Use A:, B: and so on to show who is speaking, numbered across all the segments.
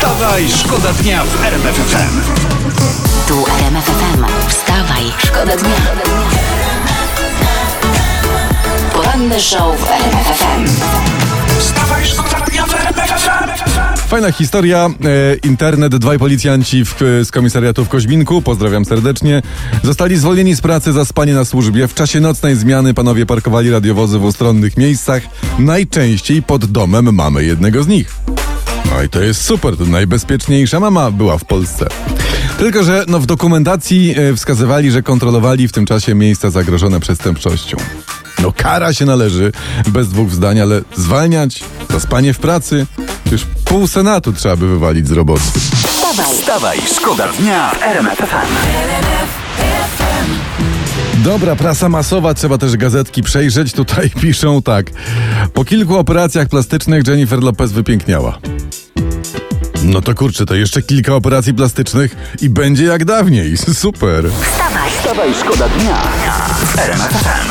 A: Wstawaj, szkoda dnia w RMF FM.
B: Tu RMF FM. Wstawaj, szkoda dnia. Poranny show w RMF FM.
A: Wstawaj, szkoda dnia w RMF FM.
C: Fajna historia. Internet, dwaj policjanci z komisariatu w Koźminku, pozdrawiam serdecznie, zostali zwolnieni z pracy za spanie na służbie. W czasie nocnej zmiany panowie parkowali radiowozy w ustronnych miejscach, najczęściej pod domem mamy jednego z nich. No i to jest super, to najbezpieczniejsza mama była w Polsce. Tylko że w dokumentacji wskazywali, że kontrolowali w tym czasie miejsca zagrożone przestępczością. Kara się należy, bez dwóch zdań, ale zwalniać za spanie w pracy, już pół Senatu trzeba by wywalić z roboty.
A: Wstawaj, szkoda dnia w RMF FM.
C: Dobra, prasa masowa, trzeba też gazetki przejrzeć. Tutaj piszą tak. Po kilku operacjach plastycznych Jennifer Lopez wypiękniała. No to kurczę, to jeszcze kilka operacji plastycznych i będzie jak dawniej. Super.
A: Wstawaj, szkoda dnia w RMF FM.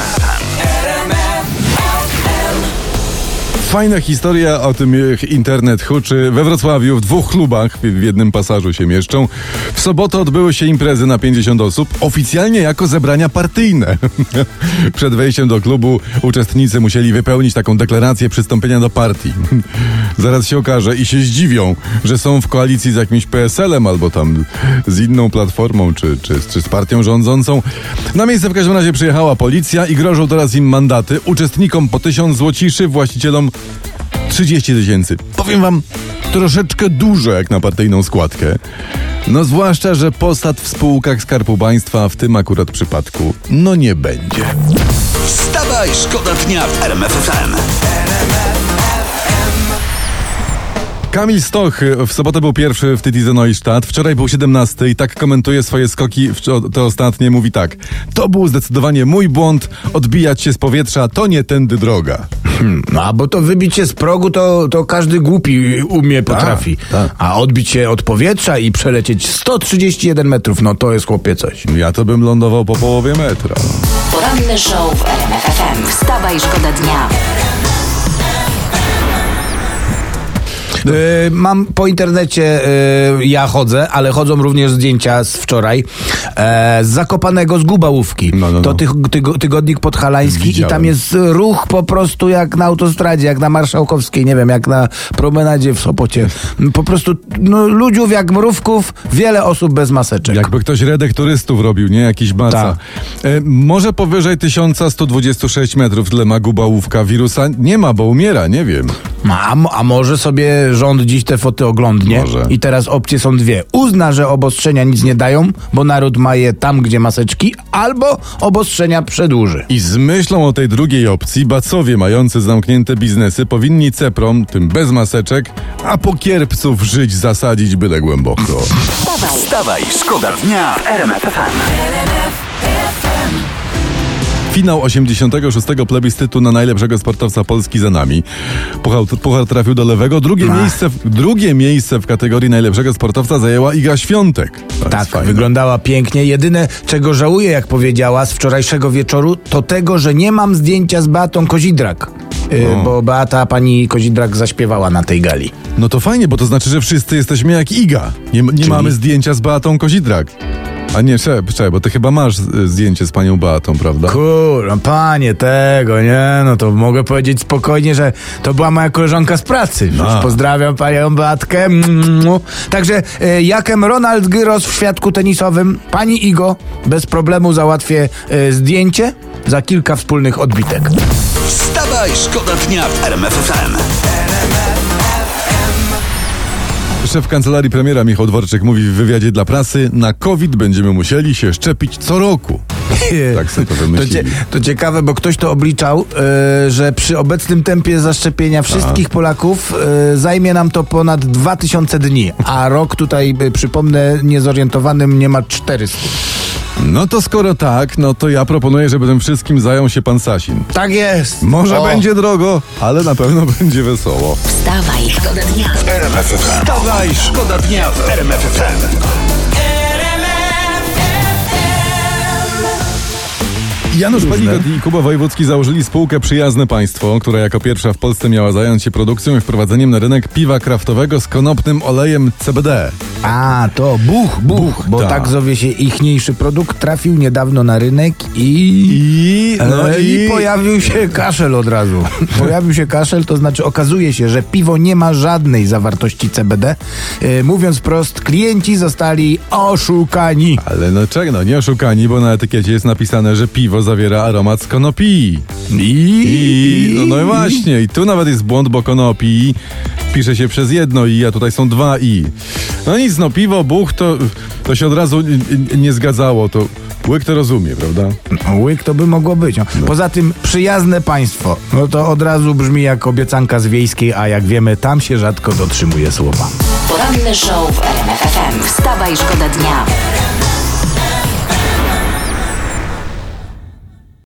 C: Fajna historia o tym, jak internet huczy. We Wrocławiu w dwóch klubach w jednym pasażu się mieszczą. W sobotę odbyły się imprezy na 50 osób, oficjalnie jako zebrania partyjne. Przed wejściem do klubu uczestnicy musieli wypełnić taką deklarację przystąpienia do partii. Zaraz się okaże i się zdziwią, że są w koalicji z jakimś PSL-em albo tam z inną platformą, czy z partią rządzącą. Na miejsce w każdym razie przyjechała policja i grożą teraz im mandaty. Uczestnikom po 1000 złociszy, właścicielom 30 000. Powiem wam, troszeczkę dużo jak na partyjną składkę. Zwłaszcza, że posad w spółkach Skarbu Państwa w tym akurat przypadku nie będzie.
A: Wstawaj, szkoda dnia w RMF FM.
C: Kamil Stoch w sobotę był pierwszy w Titisee Neustadt, wczoraj był 17 i tak komentuje swoje skoki, te ostatnie, mówi tak: to był zdecydowanie mój błąd, odbijać się z powietrza to nie tędy droga.
D: Bo to wybić się z progu to każdy głupi potrafi.
C: Tak.
D: A odbić się od powietrza i przelecieć 131 metrów, to jest chłopie coś.
C: Ja to bym lądował po połowie metra.
B: Poranny show w RMF FM. Wstawaj, szkoda dnia.
D: Mam po internecie, ja chodzę, ale chodzą również zdjęcia z wczoraj, z Zakopanego, z Gubałówki. To tygodnik podhalański.
C: Widziałem.
D: I tam jest ruch po prostu jak na autostradzie, jak na Marszałkowskiej, nie wiem, jak na promenadzie w Sopocie. Po prostu ludziów jak mrówków, wiele osób bez maseczek.
C: Jakby ktoś redek turystów robił, nie? Jakiś baca.
D: Tak.
C: Może powyżej 1126 metrów, tyle ma Gubałówka. Wirusa nie ma, bo umiera, nie wiem.
D: A może sobie rząd dziś te foty oglądnie.
C: Może.
D: I teraz opcje są dwie. Uzna, że obostrzenia nic nie dają, bo naród ma je tam, gdzie maseczki, albo obostrzenia przedłuży.
C: I z myślą o tej drugiej opcji bacowie mający zamknięte biznesy powinni ceprom, tym bez maseczek, a po kierpców żyć zasadzić byle głęboko.
A: Wstawaj, szkoda dnia w RMF FM.
C: Finał 86. plebiscytu na najlepszego sportowca Polski za nami. Puchar trafił do lewego. Drugie miejsce w kategorii najlepszego sportowca zajęła Iga Świątek.
D: Tak, wyglądała pięknie. Jedyne, czego żałuję, jak powiedziała z wczorajszego wieczoru, to tego, że nie mam zdjęcia z Beatą Kozidrak. Bo Beata, pani Kozidrak, zaśpiewała na tej gali.
C: No to fajnie, bo to znaczy, że wszyscy jesteśmy jak Iga. Nie mamy zdjęcia z Beatą Kozidrak. A nie, czekaj, bo ty chyba masz zdjęcie z panią Beatą, prawda?
D: Panie tego, nie? To mogę powiedzieć spokojnie, że to była moja koleżanka z pracy. Pozdrawiam panią Beatkę. Także jakem Ronald Gyros w świadku tenisowym, pani Igo, bez problemu załatwię zdjęcie za kilka wspólnych odbitek.
A: Wstawaj, szkoda dnia w RMF FM.
C: Szef kancelarii premiera Michał Dworczyk mówi w wywiadzie dla prasy: na COVID będziemy musieli się szczepić co roku. Tak sobie to wymyślili.
D: To ciekawe, bo ktoś to obliczał, że przy obecnym tempie zaszczepienia wszystkich Polaków zajmie nam to ponad 2000 dni, a rok tutaj, przypomnę, niezorientowanym nie ma 400.
C: No to skoro tak, to ja proponuję, żeby tym wszystkim zajął się pan Sasin.
D: Tak jest.
C: Może będzie drogo, ale na pewno będzie wesoło.
B: Wstawaj, szkoda dnia.
A: RMF FM. Wstawaj, szkoda dnia w RMF FM.
C: Janusz Palikot i Kuba Wojewódzki założyli spółkę Przyjazne Państwo, która jako pierwsza w Polsce miała zająć się produkcją i wprowadzeniem na rynek piwa kraftowego z konopnym olejem CBD.
D: A, to Buch, bo tak zowie się ichniejszy produkt, trafił niedawno na rynek i pojawił się kaszel od razu. Pojawił się kaszel, to znaczy okazuje się, że piwo nie ma żadnej zawartości CBD. Mówiąc wprost, klienci zostali oszukani.
C: Ale nie oszukani, bo na etykiecie jest napisane, że piwo zawiera aromat z konopi. No i właśnie, i tu nawet jest błąd, bo konopi pisze się przez jedno i, a tutaj są dwa i. No nic, piwo, Buch, to się od razu nie zgadzało, to łyk to rozumie, prawda?
D: Łyk to by mogło być. Poza tym Przyjazne Państwo, no to od razu brzmi jak obiecanka z Wiejskiej, a jak wiemy, tam się rzadko dotrzymuje słowa.
B: Poranny show w RMF FM. Wstawaj, szkoda dnia.